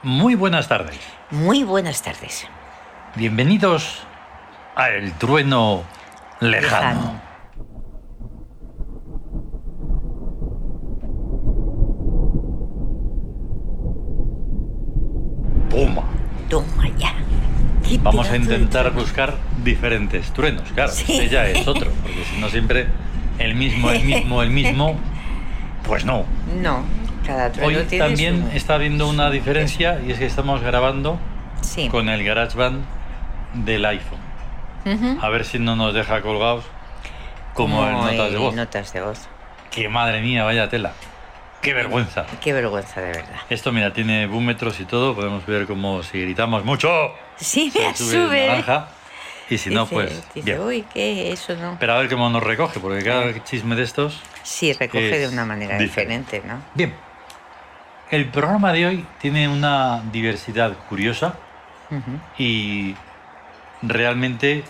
Muy buenas tardes. Muy buenas tardes. Bienvenidos a El Trueno Lejano. Toma. Toma ya. Vamos a intentar buscar diferentes truenos. Claro, Sí. este ya es otro, porque si no siempre el mismo, pues no. No, cada trueno Hoy tiene también su... está habiendo una diferencia y es que estamos grabando Sí. con el GarageBand del iPhone. Ujú. A ver si no nos deja colgados como en notas de voz. Notas de voz. Que madre mía, vaya tela. Qué vergüenza. Qué vergüenza, de verdad. Esto, mira, tiene búmetros y todo. Podemos ver como si gritamos mucho. Sí, Se me sube sube. naranja. Y si no, pues. Dice, Bien. uy, ¿qué? Eso no. Pero a ver cómo nos recoge, porque cada chisme de estos. Sí, recoge de es una manera diferente, ¿no? Bien. El programa de hoy tiene una diversidad curiosa Ujú. y realmente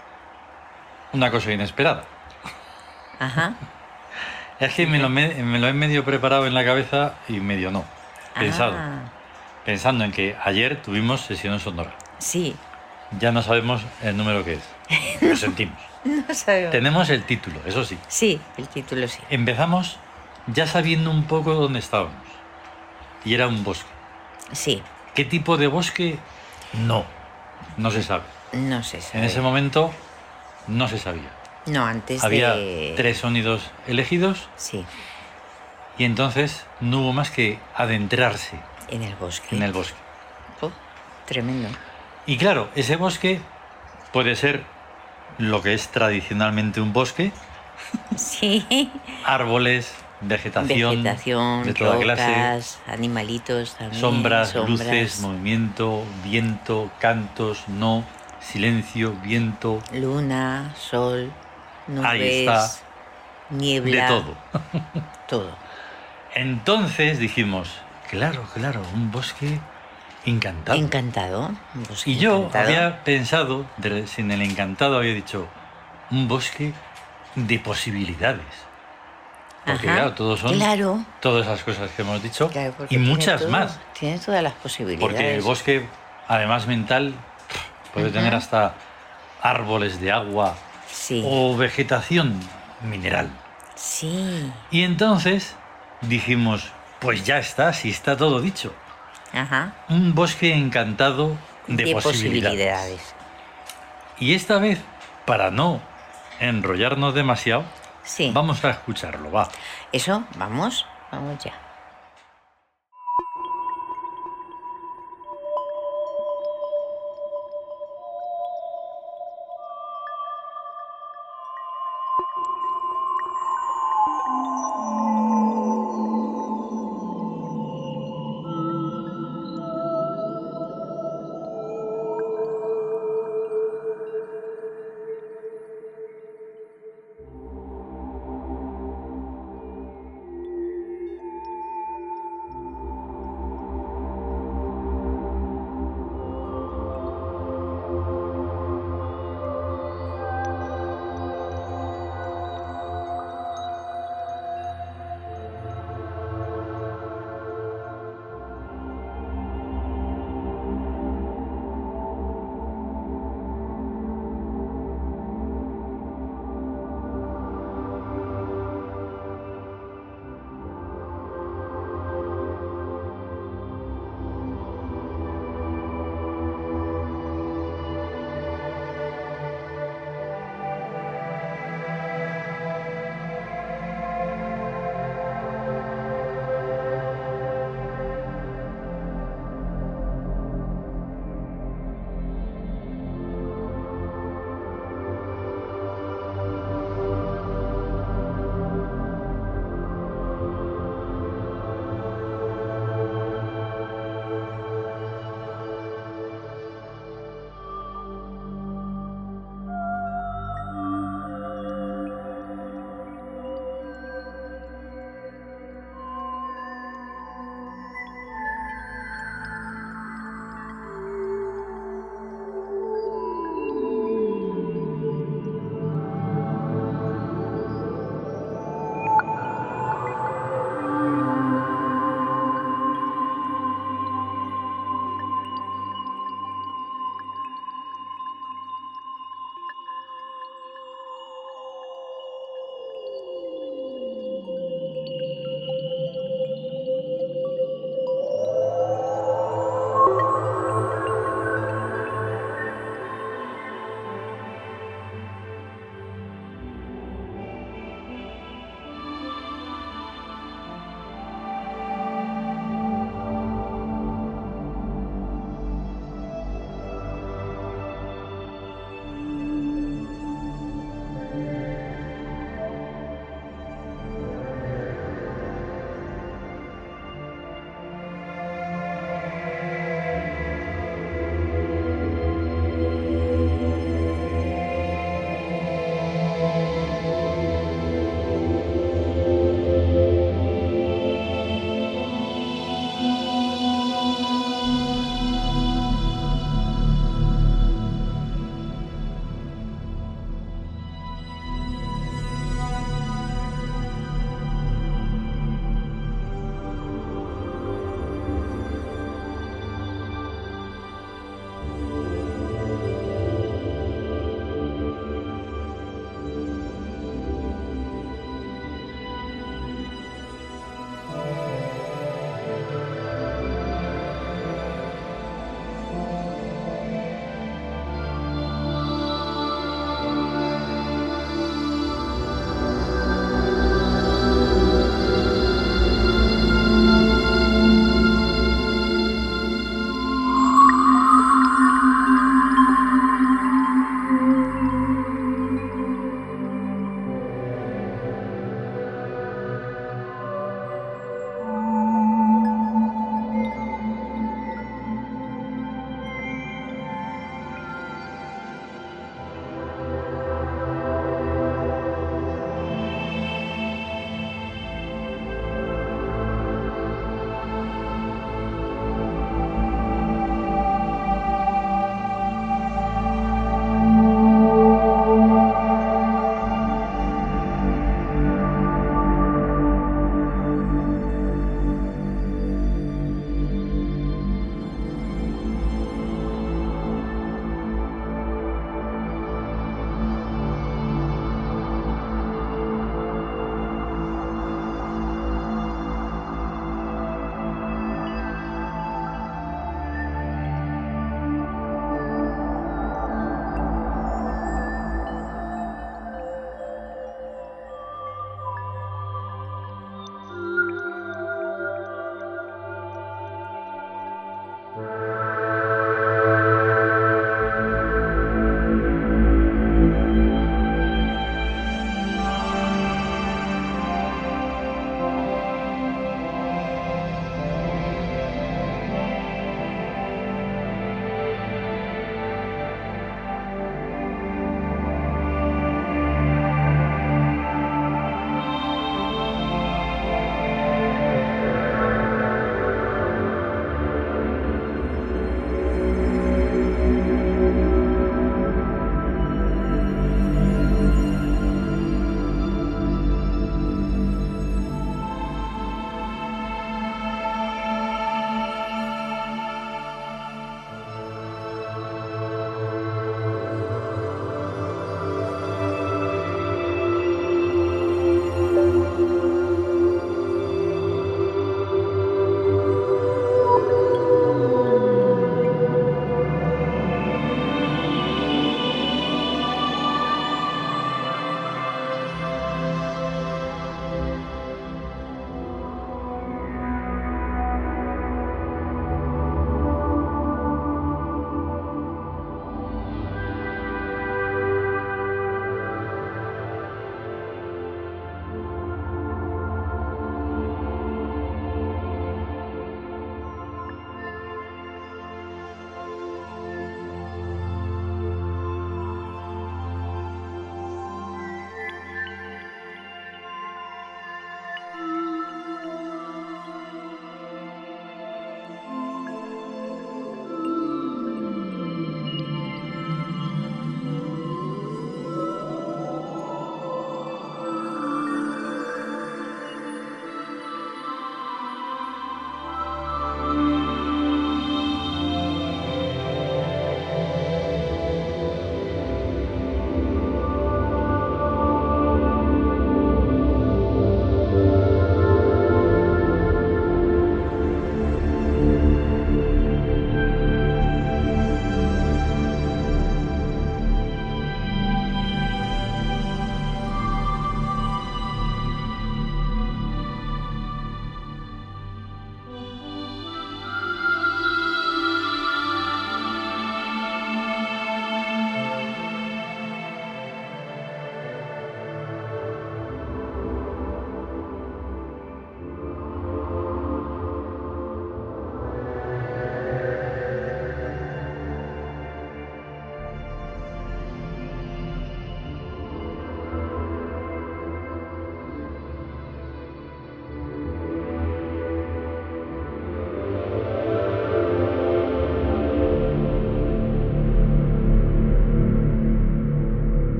una cosa inesperada. Ajá. Es que me lo he medio preparado en la cabeza y medio no. Pensado. Ah, Pensando en que ayer tuvimos sesión sonora. sí. Ya no sabemos el número que es. Lo sentimos. No sabemos. Tenemos el título, eso sí. Sí, el título sí. Empezamos ya sabiendo un poco dónde estábamos. Y era un bosque. Sí, ¿Qué tipo de bosque? No se sabe. no se sabe. En ese momento no se sabía. No, antes Había de... 3 sonidos elegidos Sí, y entonces no hubo más que adentrarse en el bosque. en el bosque. Oh, tremendo. Y claro, ese bosque puede ser lo que es tradicionalmente un bosque, Sí. árboles, vegetación de toda rocas, clase, animalitos también. sombras, luces, movimiento, viento, cantos, no, silencio, viento, luna, sol, nubes, ahí está, niebla. de todo. Todo. Entonces dijimos, claro, un bosque encantado. Encantado. Un bosque Y yo encantado. había pensado, sin el encantado había dicho, un bosque de posibilidades. Porque Ajá, claro, todos son claro, todas esas cosas que hemos dicho claro, porque y tiene muchas todo- más. Tiene todas las posibilidades. Porque el bosque, además mental, puede tener hasta árboles de agua Sí, o vegetación mineral. sí. Y entonces dijimos, pues ya está, si está todo dicho. Ajá. Un bosque encantado de posibilidades. Y esta vez, para no enrollarnos demasiado, Sí. vamos a escucharlo, va. Eso, vamos ya.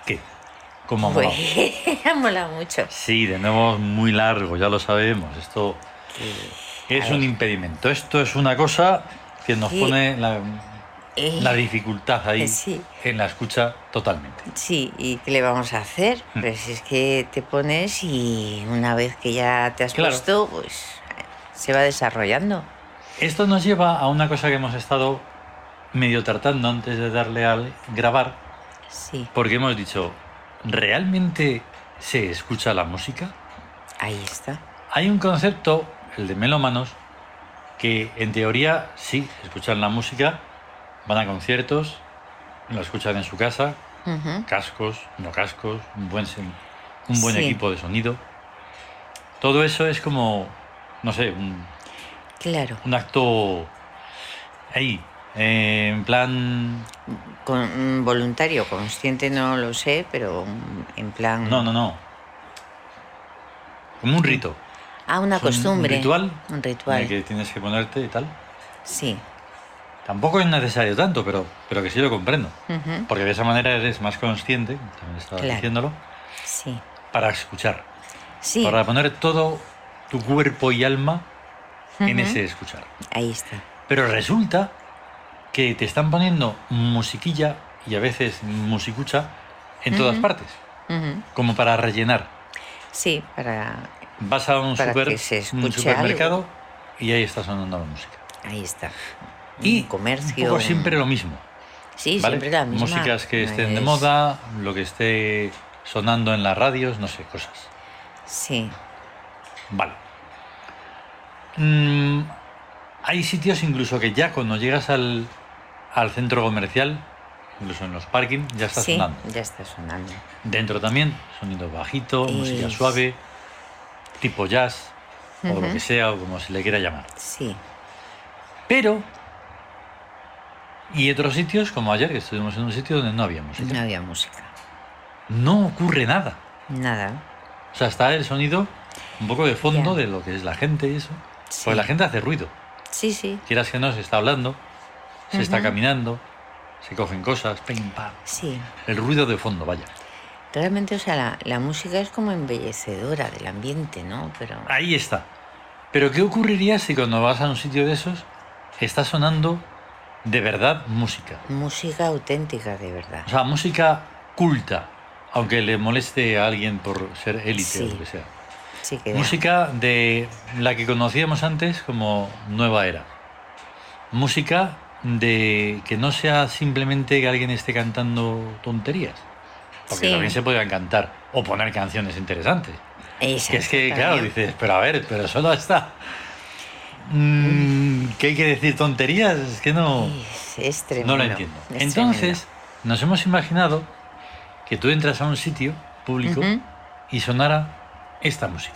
¿Qué? ¿Cómo ha Pues molado? mola mucho. Sí, de nuevo muy largo, ya lo sabemos. Esto es un impedimento. Esto es una cosa que nos Que, pone la eh, dificultad ahí sí, en la escucha totalmente. sí, ¿y qué le vamos a hacer? Pues si es que te pones y una vez que ya te has Claro. puesto, pues se va desarrollando. Esto nos lleva a una cosa que hemos estado medio tratando antes de darle al grabar, Sí, porque hemos dicho, ¿realmente se escucha la música? ahí está. Hay un concepto, el de melómanos, que en teoría sí escuchan la música, van a conciertos, la escuchan en su casa, Ujú. cascos, no cascos, un buen Sí, equipo de sonido. Todo eso es como, no sé, claro. un acto ahí, en plan... Voluntario, consciente no lo sé, pero en plan... No, como un rito. Una Es un costumbre, ritual un en el ritual. que tienes que ponerte y tal. Sí. Tampoco es necesario tanto, pero que sí lo comprendo. Ujú. Porque de esa manera eres más consciente, también estabas Claro, diciéndolo, sí. para escuchar. Sí, Para poner todo tu cuerpo y alma en ujú. ese escuchar. Ahí está. Pero resulta que te están poniendo musiquilla y a veces musicucha en todas Ujú, partes, ujú. como para rellenar. Sí, Vas a para que se un escuche algo. supermercado y ahí está sonando la música. Ahí está. Un Y un comercio, poco siempre lo mismo, Sí, ¿vale? siempre la misma. Músicas que No estén de es... moda, lo que esté sonando en las radios, no sé, cosas. Sí, Vale. Mm, hay sitios incluso que ya cuando llegas al centro comercial, incluso en los parking, ya está sí, sonando. ya está sonando. Dentro también, sonido bajito, música Es... suave, tipo jazz, o lo que Ujú. sea, o como se le quiera llamar. Sí, Pero, y otros sitios, como ayer, que estuvimos en un sitio donde no había música. no había música. No ocurre nada. Nada. O sea, está el sonido un poco de fondo Ya. de lo que es la gente y eso. Pues la Sí, gente hace ruido. sí, sí. Quieras que no, se está hablando, se está Ujú. caminando, se cogen cosas, pim, pam. Sí. El ruido de fondo, vaya. Realmente, o sea, la música es como embellecedora del ambiente, ¿no? Pero Ahí está. Pero ¿qué ocurriría si cuando vas a un sitio de esos está sonando de verdad música? música auténtica, de verdad. O sea, música culta, aunque le moleste a alguien por ser élite o lo Sí, que sea. sí que da. Música de la que conocíamos antes como nueva era. Música de que no sea simplemente que alguien esté cantando tonterías. Porque también Sí, se podían cantar o poner canciones interesantes. Que es exacto, que, claro, también. dices, pero a ver, pero solo está. ¿Qué hay que decir tonterías? Es que Es no lo tremendo, entiendo. es tremendo. Entonces, nos hemos imaginado que tú entras a un sitio público Ujú. y sonara esta música.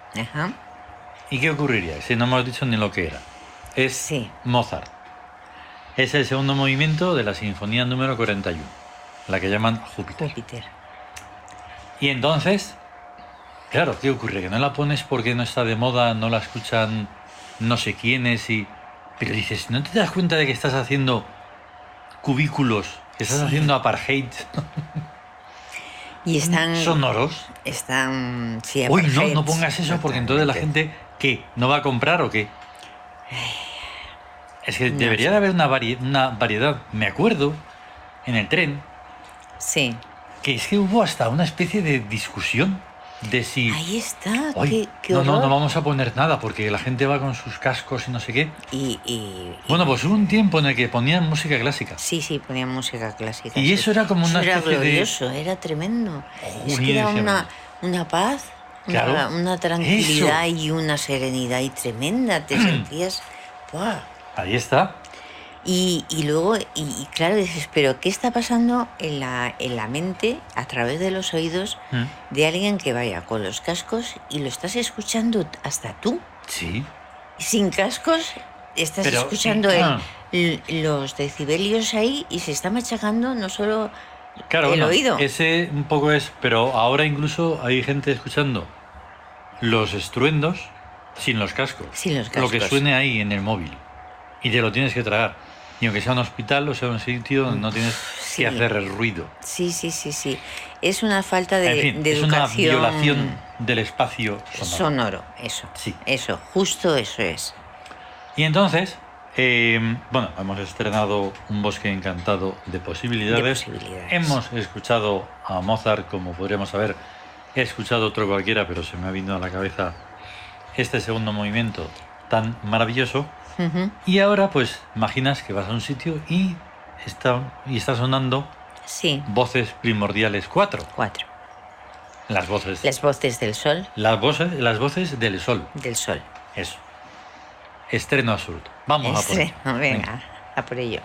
Ajá. ¿Y qué ocurriría si no hemos dicho ni lo que era? Es Sí. Mozart. Es el segundo movimiento de la Sinfonía número 41, la que llaman Júpiter. Júpiter. Y entonces, claro, ¿qué ocurre? Que no la pones porque no está de moda, no la escuchan no sé quiénes y... Pero dices, ¿no te das cuenta de que estás haciendo cubículos, que estás Sí. haciendo apartheid Y están... sonoros? Están... Sí, Uy, no apartheids, pongas eso porque entonces la totalmente. gente, ¿qué? ¿No va a comprar o qué? Es que No debería sé. de haber una variedad. Me acuerdo, en el tren, Sí. que es que hubo hasta una especie de discusión de si... Ahí está. Hoy Qué no horror. vamos a poner nada porque la gente va con sus cascos y no sé qué. Y Bueno, pues hubo un tiempo en el que ponían música clásica. sí, ponían música clásica. Y sí. eso era como una Eso era especie de... glorioso, era tremendo. Es que Joder, era decíamos. una paz, Claro, una tranquilidad eso. y una serenidad y tremenda. Te sentías... ¡buah! Ahí está. Y luego, y claro, dices, pero ¿qué está pasando en la mente a través de los oídos Mm. de alguien que vaya con los cascos y lo estás escuchando hasta tú? Sí. Sin cascos estás Pero, escuchando los decibelios ahí y se está machacando no solo Claro, el bueno, oído. ese un poco es... Pero ahora incluso hay gente escuchando los estruendos sin los cascos. Sin los Lo que cascos. suene ahí en el móvil. Y te lo tienes que tragar. Y aunque sea un hospital o sea un sitio donde no tienes Sí. que hacer el ruido. Sí. Es una falta de, En fin, de es una educación violación del espacio sonoro. sonoro. Eso. Sí. Eso, justo eso es. Y entonces, bueno, hemos estrenado Un bosque encantado de posibilidades. De posibilidades. Hemos escuchado a Mozart, como podríamos haber escuchado otro cualquiera, pero se me ha venido a la cabeza este segundo movimiento tan maravilloso. Ujú. Y ahora, pues, imaginas que vas a un sitio y está sonando Sí, voces primordiales 4. 4. Las voces. Las voces del sol, Las voces del sol. del sol. Eso. Estreno absurdo. Vamos a por ello. Venga, a por ello.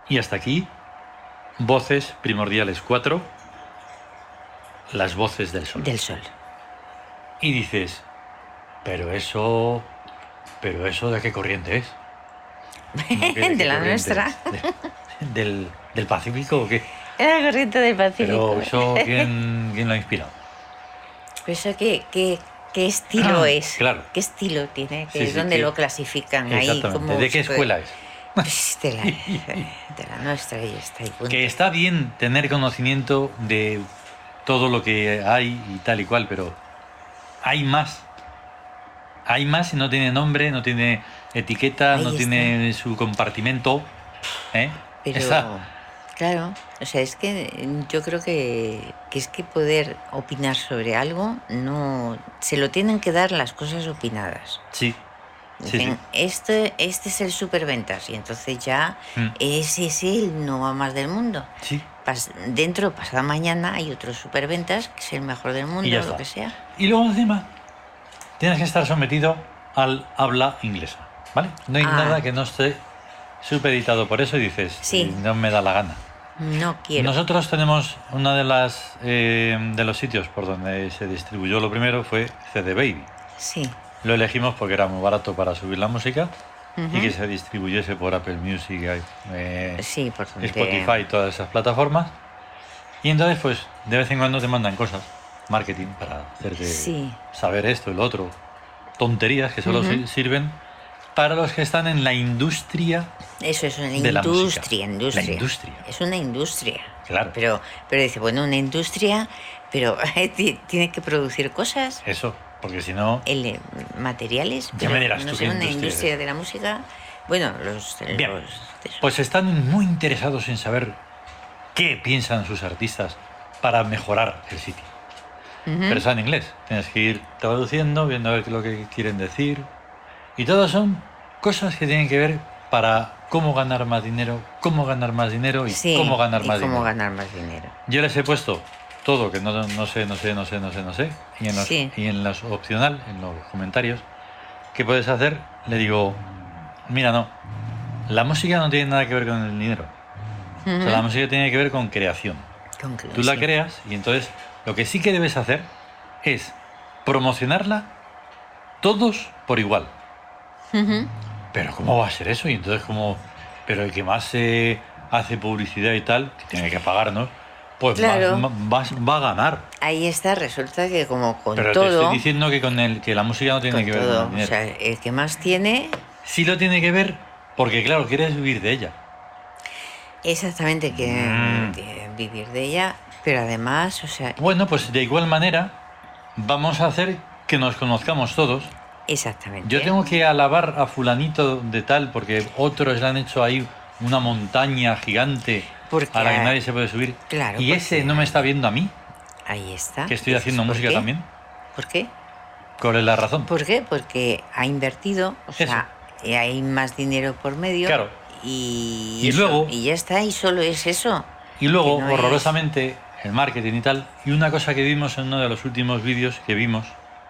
Y hasta aquí, voces primordiales 4, las voces del sol. Del sol. Y dices, pero eso ¿de qué corriente es? ¿Cómo que De qué la corriente nuestra. es? ¿Del Pacífico o qué? Era la corriente del Pacífico. Pero eso, ¿quién lo ha inspirado? Pero eso, ¿qué estilo es? Claro. ¿Qué estilo tiene? Sí, sí, ¿Dónde que- lo clasifican? Ahí Exactamente. como ¿De qué escuela es? Pues de la nuestra, y está ahí. Punto. Que está bien tener conocimiento de todo lo que hay y tal y cual, pero hay más. Hay más y no tiene nombre, no tiene etiqueta, Ahí no está. tiene su compartimento. ¿Eh? Pero, Está. claro, o sea, es que yo creo que es que poder opinar sobre algo, no se lo tienen que dar las cosas opinadas. Sí. Sí, Dicen, sí. este es el superventas, y entonces ya Mm. ese es el no va más del mundo. Sí. Dentro, pasado mañana, hay otros superventas, que es el mejor del mundo, Y ya lo está. que sea. Y luego encima tienes que estar sometido al habla inglesa, ¿vale? No hay Ah. nada que no esté supeditado por eso y dices, Sí. no me da la gana. No quiero. Nosotros tenemos una de los sitios por donde se distribuyó lo primero fue CD Baby. Sí. Lo elegimos porque era muy barato para subir la música Ujú. y que se distribuyese por Apple Music, Sí, por donde... Spotify, todas esas plataformas. Y entonces, pues, de vez en cuando te mandan cosas, marketing, para hacerte Sí. saber esto y lo otro. Tonterías que solo Ujú. sirven para los que están en la industria. Eso es una de la industria, música. La industria. Es una industria. Claro. Pero dice, bueno, una industria, pero tiene que producir cosas, Eso, porque si no... materiales. Ya pero me dirás no tú sé, qué una industria es industria esa. de la música. Bueno, Bien. de eso. Pues están muy interesados en saber qué piensan sus artistas para mejorar el sitio. Ujú. Pero está en inglés. Tienes que ir traduciendo, viendo a ver qué es lo que quieren decir. Y todas son cosas que tienen que ver para cómo ganar más dinero y Sí, cómo ganar y más cómo dinero. ganar más dinero. Yo les he puesto todo, que no sé. Sí. Y en los opcional, en los comentarios, ¿qué puedes hacer? Le digo, mira, no. La música no tiene nada que ver con el dinero. O sea, la Ujú. música tiene que ver con creación. Tú la Sí. creas y entonces lo que sí que debes hacer es promocionarla todos por igual. Ujú. Pero ¿cómo va a ser eso? Y entonces pero el que más hace publicidad y tal, que tiene que pagarnos, pues Claro. va a ganar. Ahí está, resulta que como con Pero te todo, estoy diciendo que que la música no tiene con que ver todo, con el o sea, dinero. el que más tiene, Sí lo tiene que ver porque, claro, quieres vivir de ella. exactamente, Mm. que vivir de ella, pero además, o sea, Bueno, pues de igual manera vamos a hacer que nos conozcamos todos. exactamente. Yo tengo que alabar a fulanito de tal porque otros le han hecho ahí una montaña gigante Porque a la que nadie se puede subir. claro, Y ese porque- no me está viendo a mí, Ahí está. que estoy Dices, haciendo ¿por música qué? también. ¿Por qué? ¿Cuál es la razón? ¿Por qué? Porque ha invertido, o sea, hay más dinero por medio. Claro. Y Y eso, luego- y ya está, y solo es eso. Y luego, que no es- horrorosamente, el marketing y tal. Y una cosa que vimos en uno de los últimos vídeos que vimos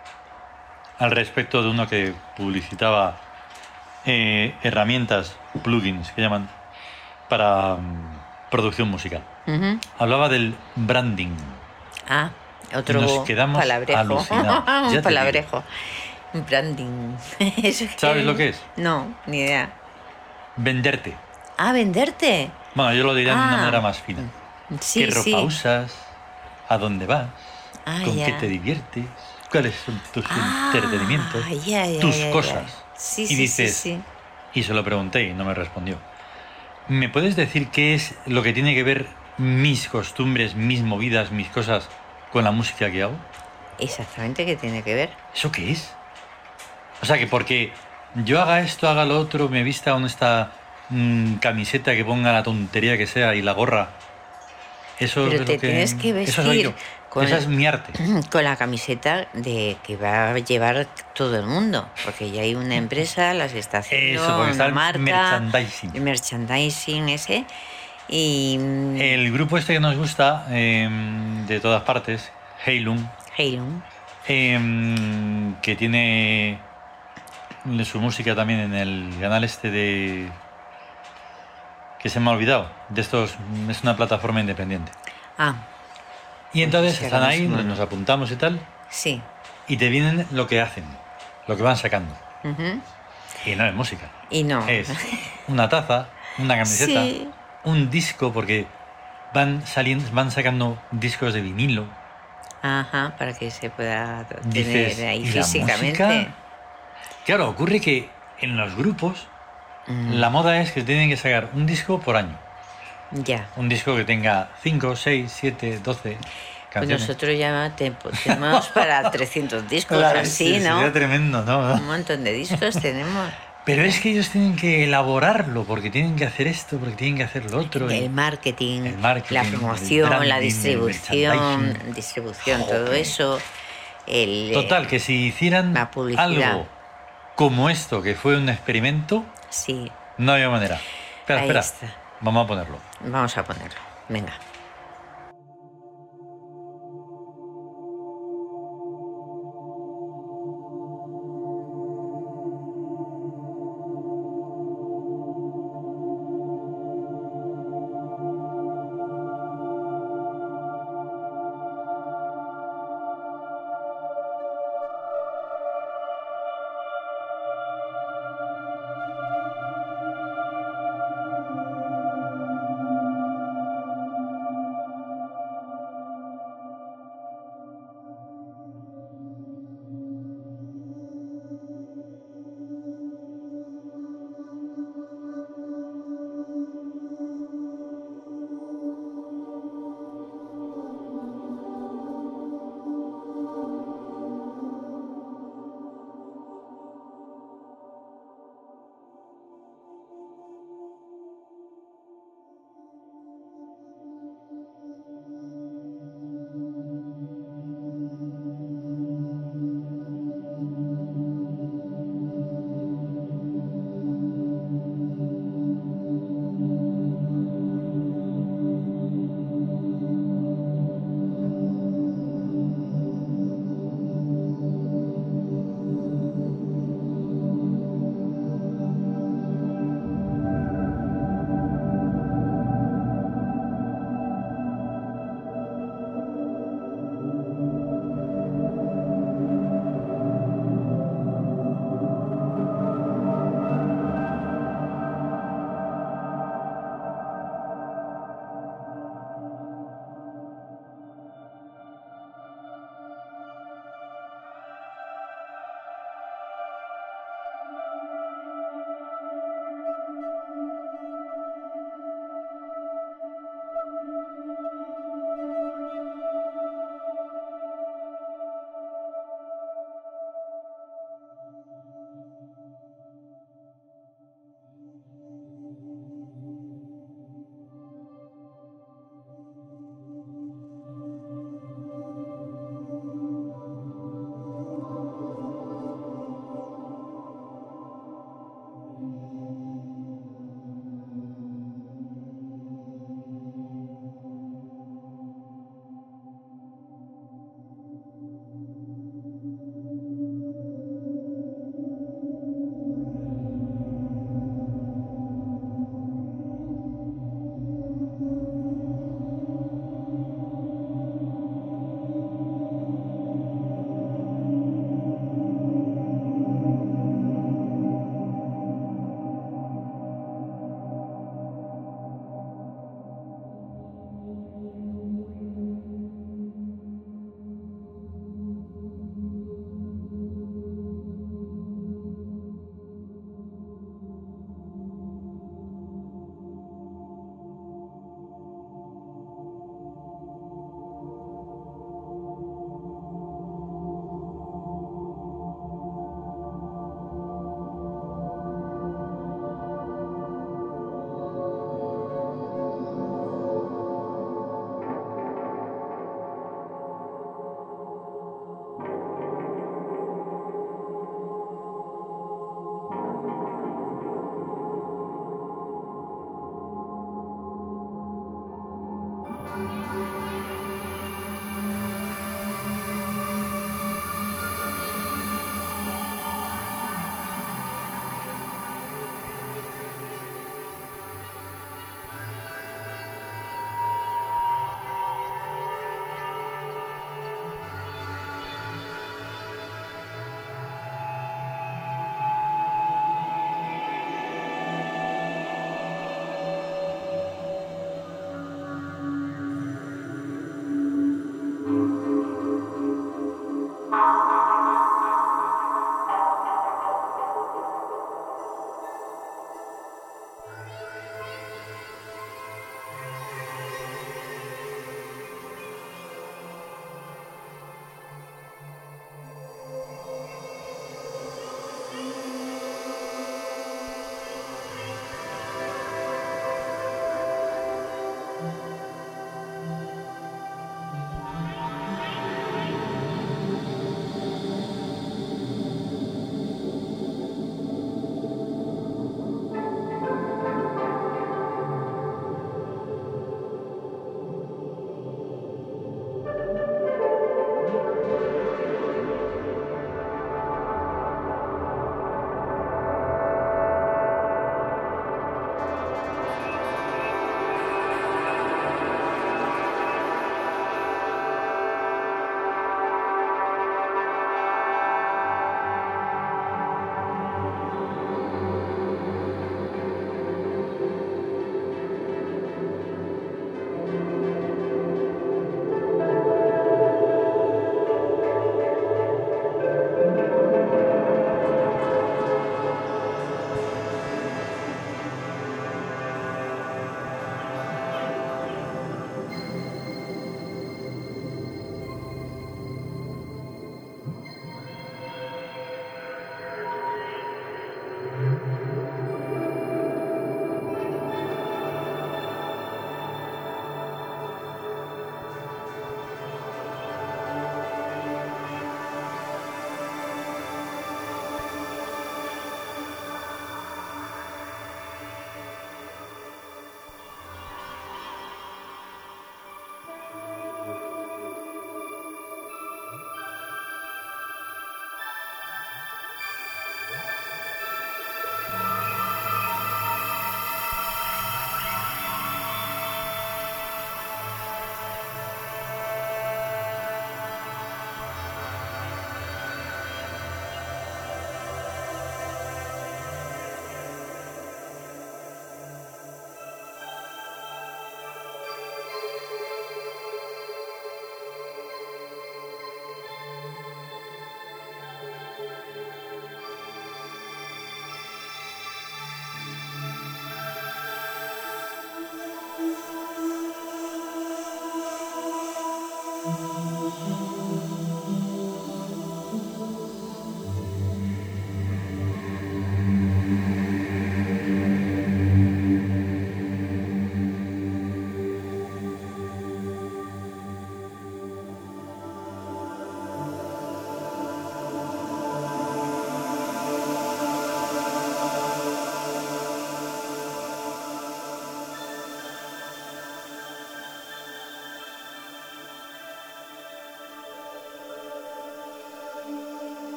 al respecto de uno que publicitaba herramientas, plugins que llaman, para producción musical. Ujú. Hablaba del branding. Ah, otro Nos quedamos palabrejo. alucinados. Ya Un te palabrejo. Un branding. ¿Eso qué ¿Sabes lo que es? No, ni idea. Venderte. Ah, venderte. Bueno, yo lo diría de una Ah. manera más fina. Sí, ¿Qué ropa sí. usas? ¿A dónde vas? Ah, ¿Con ya. qué te diviertes? ¿Cuáles son tus Ah, entretenimientos? ya, tus ya. cosas. Sí, Y sí, dices, sí, sí. y se lo pregunté y no me respondió. ¿Me puedes decir qué es lo que tiene que ver mis costumbres, mis movidas, mis cosas con la música que hago? Exactamente, ¿qué tiene que ver? ¿Eso qué es? O sea, que porque yo haga esto, haga lo otro, me vista con esta camiseta que ponga la tontería que sea y la gorra, eso Pero es te lo que... tienes que eso soy yo. vestir con- Esa es mi arte. Con la camiseta de que va a llevar todo el mundo, porque ya hay una empresa, las está haciendo, Eso, porque está una el marca, merchandising. el merchandising ese, y El grupo este que nos gusta, de todas partes, Heilung, Heilung, que tiene su música también en el canal este de... que se me ha olvidado. De estos, es una plataforma independiente. Ah, Y entonces Pues están ahora ahí, mismo no. nos apuntamos y tal, sí. y te vienen lo que hacen, lo que van sacando. Ujú. Y no es música. Y no. Es una taza, una camiseta, Sí. un disco, porque van sacando discos de vinilo. Ajá, para que se pueda Dices, tener ahí ¿y la físicamente. música? Claro, ocurre que en los grupos la moda es que tienen que sacar un disco por año. Ya. Un disco que tenga 5, 6, 7, 12 Pues canciones. nosotros ya tenemos para 300 discos, Claro, así, ¿no? sería tremendo, ¿no? Un montón de discos tenemos. Pero es que ellos tienen que elaborarlo, porque tienen que hacer esto, porque tienen que hacer lo otro. El marketing, el marketing, la el promoción, la branding, el distribución, merchandising. todo Jope. eso. Total, que si hicieran la publicidad. algo como esto, que fue un experimento, Sí, no había manera. Espera, ahí espera. está. Vamos a ponerlo. Vamos a ponerlo. Venga.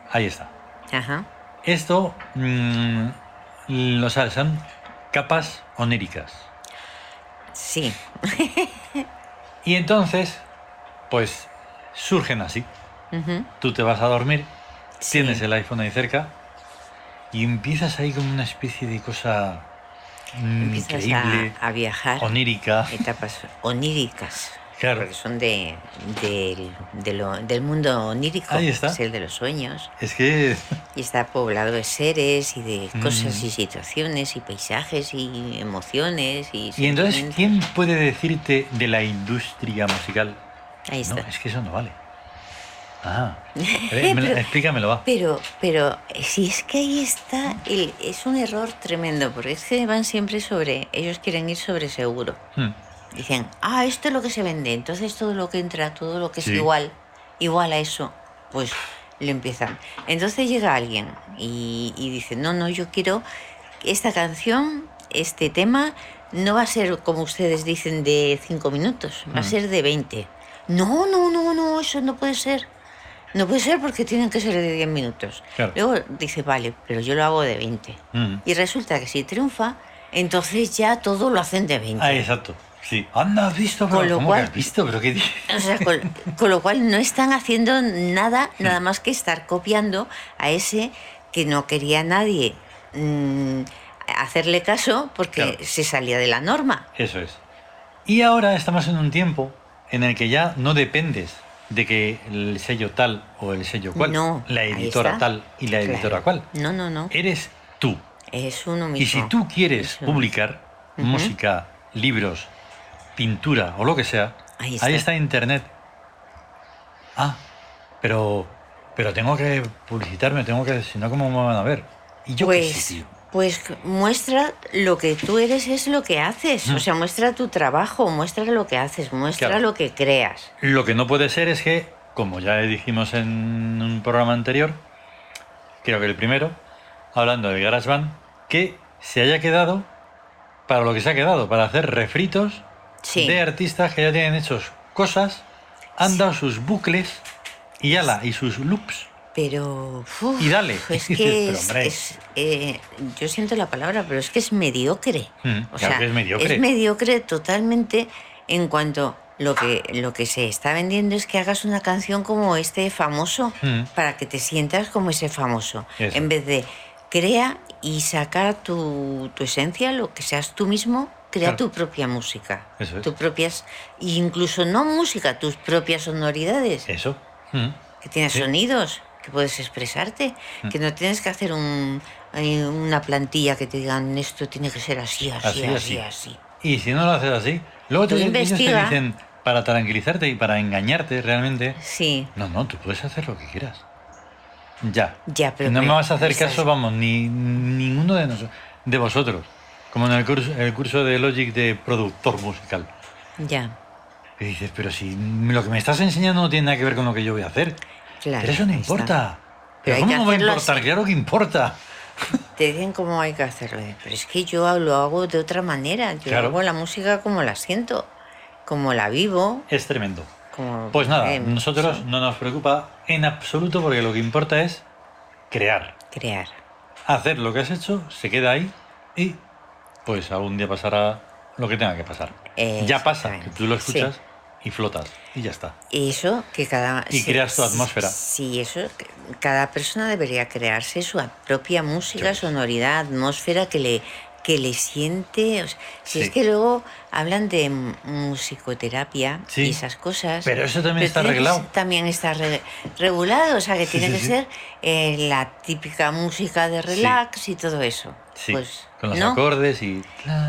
Ahí está. Ajá. Esto, son capas oníricas. Sí. Y entonces, pues, surgen así. Ujú. Tú te vas a dormir, Sí. tienes el iPhone ahí cerca y empiezas ahí como una especie de cosa Empiezas increíble, a viajar. onírica. Etapas oníricas. Claro. Porque son del mundo onírico, Ahí que está. es el de los sueños. Es que... Y está poblado de seres y de cosas Mm. y situaciones y paisajes y emociones y Y entonces, sentimientos. ¿quién puede decirte de la industria musical? Ahí No, está. es que eso no vale. Ah, Pero- explícamelo, va. Pero si es que ahí está, es un error tremendo, porque es que van siempre ellos quieren ir sobre seguro. Hmm, Dicen, esto es lo que se vende, entonces todo lo que entra, todo lo que Sí. es igual a eso, pues lo empiezan. Entonces llega alguien y dice, no, yo quiero esta canción, este tema, no va a ser como ustedes dicen de 5 minutos, va a ser de 20. No, eso no puede ser. No puede ser porque tienen que ser de 10 minutos. Claro. Luego dice, vale, pero yo lo hago de 20. Y resulta que si triunfa, entonces ya todo lo hacen de 20. Ah, exacto. Sí. Anda, ¿has visto? Pero, Con lo ¿cómo cual- que has visto? ¿Pero qué dices? O sea, con lo cual no están haciendo nada más que estar copiando a ese que no quería nadie hacerle caso porque Claro. se salía de la norma. Eso es. Y ahora estamos en un tiempo en el que ya no dependes de que el sello tal o el sello cual, No, la ahí editora está. tal y la editora Claro. cual. No. Eres tú. Es uno mismo. Y si tú quieres Eso. publicar música, libros, pintura o lo que sea, Ahí ahí está. está Internet. Ah, pero tengo que publicitarme, si no, ¿cómo me van a ver? Y yo qué sé, tío. Pues muestra lo que tú eres, es lo que haces. O sea, muestra tu trabajo, muestra lo que haces, muestra Claro. lo que creas. Lo que no puede ser es que, como ya dijimos en un programa anterior, creo que el primero, hablando de GarageBand, que se haya quedado para lo que se ha quedado, para hacer refritos Sí. de artistas que ya tienen hechos cosas, han dado sus bucles y ala, y sus loops. Pero Y dale. es Dices, que pero, hombre. yo siento la palabra, pero es que es mediocre. Claro que es mediocre. Es mediocre totalmente en cuanto lo que se está vendiendo es que hagas una canción como este famoso para que te sientas como ese famoso. Eso. En vez de crea y saca tu esencia, lo que seas tú mismo, crea Claro. tu propia música. Eso es. Tus propias, incluso no música, tus propias sonoridades. Eso. Que tienes Sí. sonidos, que puedes expresarte, que no tienes que hacer una plantilla que te digan esto tiene que ser así. Así. Y si no lo haces así, luego Tú ellos te investiga. dicen, para tranquilizarte y para engañarte realmente, Sí, no, tú puedes hacer lo que quieras. Ya. Ya, pero no me vas a hacer estás- caso, vamos, ni ninguno de vosotros. Como en el curso de Logic de productor musical. ya, Y dices, pero si lo que me estás enseñando no tiene nada que ver con lo que yo voy a hacer. claro. Pero eso no ahí está. importa. Pero Pero hay ¿cómo que no va a hacerlo importar? así. Claro que importa. Te dicen cómo hay que hacerlo. Pero es que yo lo hago de otra manera. Yo Claro. hago la música como la siento, como la vivo. Es tremendo. Como, Pues nada, sí, nosotros no nos preocupa en absoluto porque lo que importa es crear. crear. Hacer lo que has hecho, se queda ahí y pues algún día pasará lo que tenga que pasar. Ya pasa, que Exactamente. tú lo Sí. escuchas y flotas y ya está. Eso que cada... Y creas tu atmósfera. Sí, eso. Cada persona debería crearse su propia música, Eso es. sonoridad, atmósfera que le siente. O sea, si Sí. es que luego hablan de musicoterapia Sí. y esas cosas. Pero eso también está tiene que arreglado. ser- También está regulado. O sea, que Sí, tiene sí, que sí. ser la típica música de relax y todo eso. Sí, Pues, con los ¿no? acordes y...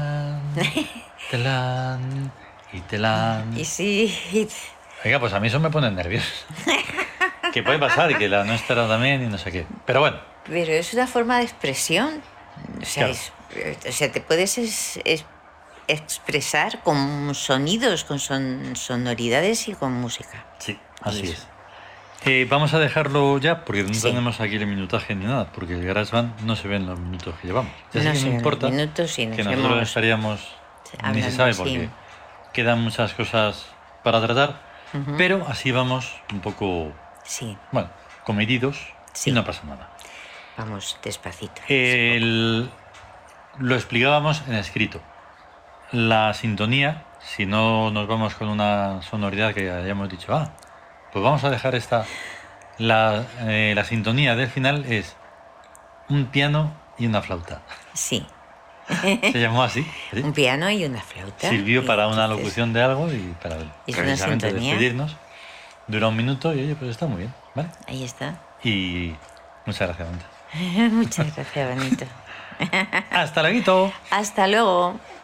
Telán, y telán. Y sí. y- Oiga, pues a mí eso me pone nervioso. Que puede pasar y que la nuestra también y no sé qué. Pero bueno, Pero es una forma de expresión. O sea, Claro. te puedes expresar con sonidos, con sonoridades y con música. sí, así Eso. es. Vamos a dejarlo ya porque no Sí. tenemos aquí el minutaje ni nada, porque el GarageBand no se ven los minutos que llevamos. Ya sé No que sé, no los importa minutos sí, nos que nosotros hemos estaríamos, ni se hablando, sabe sí. porque quedan muchas cosas para tratar, pero así vamos un poco, Sí, bueno, comedidos Sí. y no pasa nada. Vamos despacito. Lo explicábamos en escrito. La sintonía, si no nos vamos con una sonoridad que hayamos dicho, pues vamos a dejar la sintonía del final es un piano y una flauta. Sí. Se llamó así. ¿Sí? Un piano y una flauta. Sirvió para una entonces, locución de algo y para es una precisamente sintonía. despedirnos. Dura 1 minuto y oye, pues está muy bien, ¿vale? Ahí está. Y muchas gracias, Benito. Muchas gracias, Benito. Hasta luego. Hasta luego.